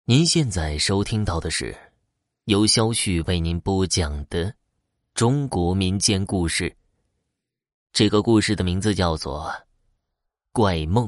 您现在收听到的是由肖旭为您播讲的中国民间故事。这个故事的名字叫做《怪梦》。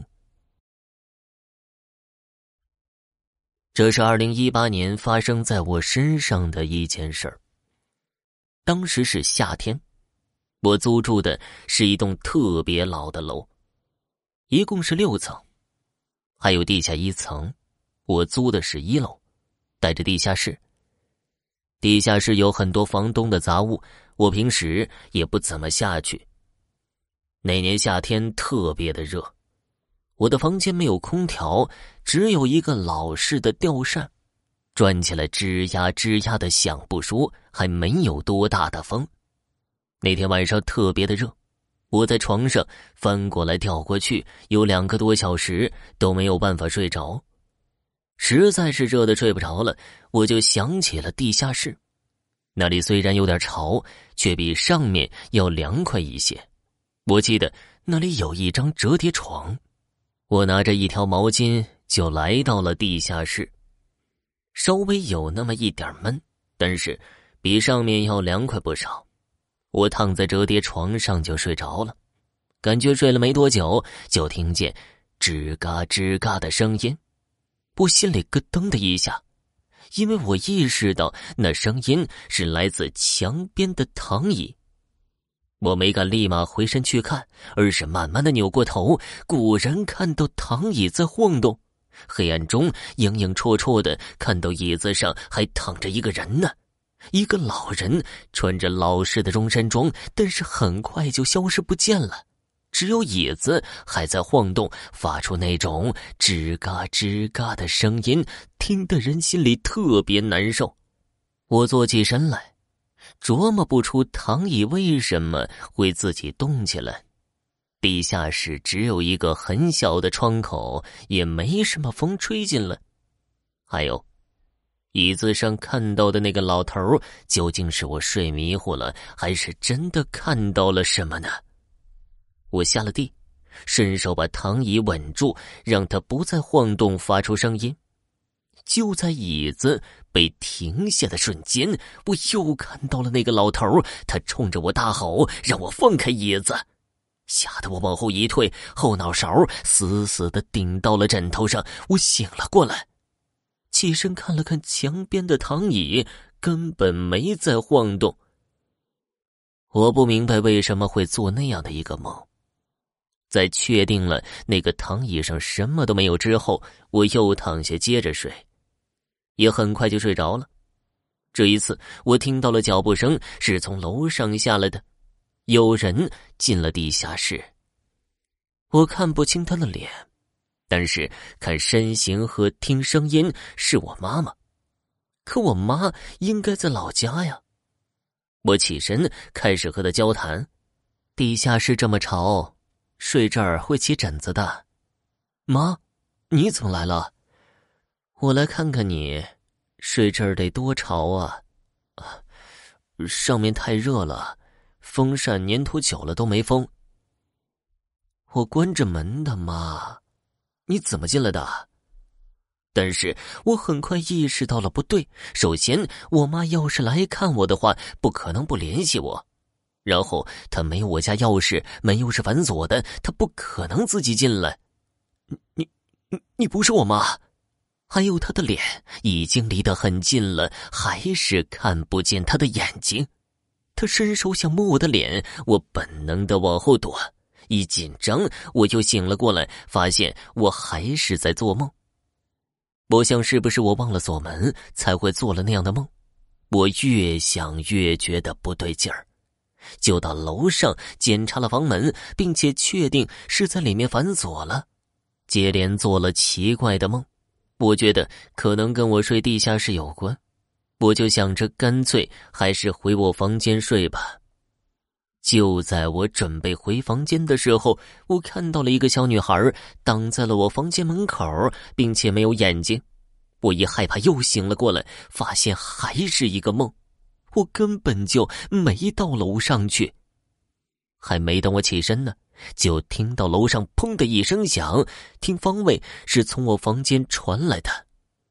这是2018年发生在我身上的一件事儿。当时是夏天，我租住的是一栋特别老的楼，一共是6层，还有地下1层。我租的是1楼，带着地下室。地下室有很多房东的杂物，我平时也不怎么下去。那年夏天特别的热，我的房间没有空调，只有一个老式的吊扇，转起来吱呀吱呀的响不说，还没有多大的风。那天晚上特别的热，我在床上翻过来调过去，有2个多小时都没有办法睡着。实在是热得睡不着了，我就想起了地下室。那里虽然有点潮，却比上面要凉快一些。我记得那里有一张折叠床，我拿着一条毛巾就来到了地下室。稍微有那么一点闷，但是比上面要凉快不少。我躺在折叠床上就睡着了，感觉睡了没多久，就听见吱嘎吱嘎的声音。我心里咯噔的一下，因为我意识到那声音是来自墙边的躺椅。我没敢立马回身去看，而是慢慢的扭过头，果然看到躺椅在晃动。黑暗中影影绰绰的看到椅子上还躺着一个人呢，一个老人，穿着老式的中山装，但是很快就消失不见了。只有椅子还在晃动，发出那种吱嘎吱嘎的声音，听得人心里特别难受。我坐起身来，琢磨不出躺椅为什么会自己动起来。地下室只有一个很小的窗口，也没什么风吹进来。还有，椅子上看到的那个老头，究竟是我睡迷糊了，还是真的看到了什么呢？我下了地，伸手把躺椅稳住，让它不再晃动发出声音。就在椅子被停下的瞬间，我又看到了那个老头，他冲着我大吼，让我放开椅子。吓得我往后一退，后脑勺死死地顶到了枕头上。我醒了过来，起身看了看墙边的躺椅，根本没在晃动。我不明白为什么会做那样的一个梦。在确定了那个躺椅上什么都没有之后，我又躺下接着睡，也很快就睡着了。这一次我听到了脚步声，是从楼上下来的，有人进了地下室。我看不清他的脸，但是看身形和听声音是我妈妈，可我妈应该在老家呀。我起身开始和她交谈。地下室这么潮，睡这儿会起疹子的。妈，你怎么来了？我来看看你，睡这儿得多潮啊！上面太热了，风扇粘土久了都没风。我关着门的，妈，你怎么进来的？但是我很快意识到了不对。首先，我妈要是来看我的话，不可能不联系我。然后她没有我家钥匙，门又是反锁的，她不可能自己进来。你不是我妈。还有她的脸已经离得很近了，还是看不见她的眼睛。她伸手想摸我的脸，我本能地往后躲。一紧张，我就醒了过来，发现我还是在做梦。我想是不是我忘了锁门，才会做了那样的梦。我越想越觉得不对劲儿，就到楼上检查了房门，并且确定是在里面反锁了。接连做了奇怪的梦，我觉得可能跟我睡地下室有关，我就想着干脆还是回我房间睡吧。就在我准备回房间的时候，我看到了一个小女孩挡在了我房间门口，并且没有眼睛。我一害怕又醒了过来，发现还是一个梦，我根本就没到楼上去。还没等我起身呢，就听到楼上砰的一声响，听方位是从我房间传来的。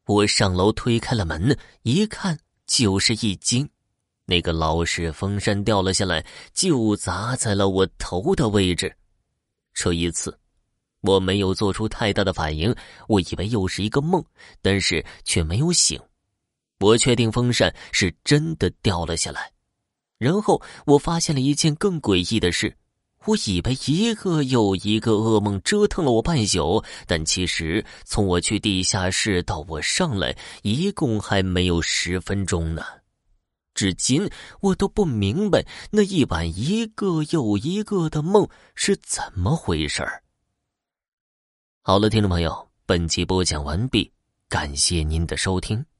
我上楼推开了门，一看就是一惊，那个老式风扇掉了下来，就砸在了我头的位置。这一次我没有做出太大的反应，我以为又是一个梦，但是却没有醒。我确定风扇是真的掉了下来。然后我发现了一件更诡异的事，我以为一个又一个噩梦折腾了我半宿，但其实从我去地下室到我上来，一共还没有10分钟呢。至今我都不明白那一晚一个又一个的梦是怎么回事儿。好了，听众朋友，本集播讲完毕，感谢您的收听。